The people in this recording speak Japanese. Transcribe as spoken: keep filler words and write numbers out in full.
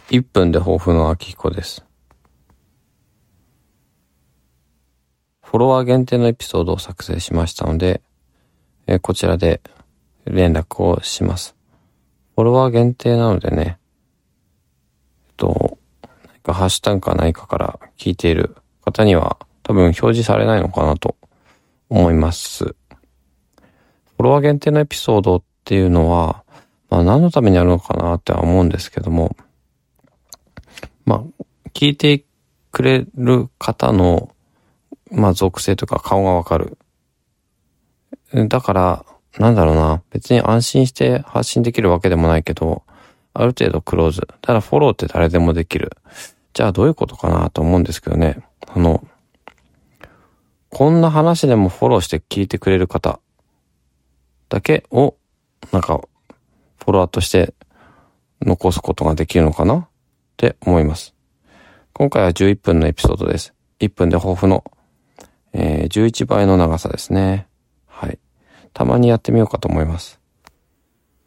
いっぷんで抱負のあきひこです。フォロワー限定のエピソードを作成しましたので、えー、こちらで連絡をします。フォロワー限定なのでね、えっと、何かハッシュタグか何かから聞いている方には多分表示されないのかなと思います。フォロワー限定のエピソードっていうのは、まあ何のためにあるのかなっては思うんですけども、まあ、聞いてくれる方の、まあ属性とか顔がわかる。だから、なんだろうな、別に安心して発信できるわけでもないけど、ある程度クローズ。ただフォローって誰でもできる。じゃあどういうことかなと思うんですけどね。あの、こんな話でもフォローして聞いてくれる方だけを、なんか、フォロワーとして残すことができるのかなって思います。今回はじゅういっぷんのエピソードです。いっぷんで抱負の、えー、じゅういちばいの長さですね。はい。たまにやってみようかと思います。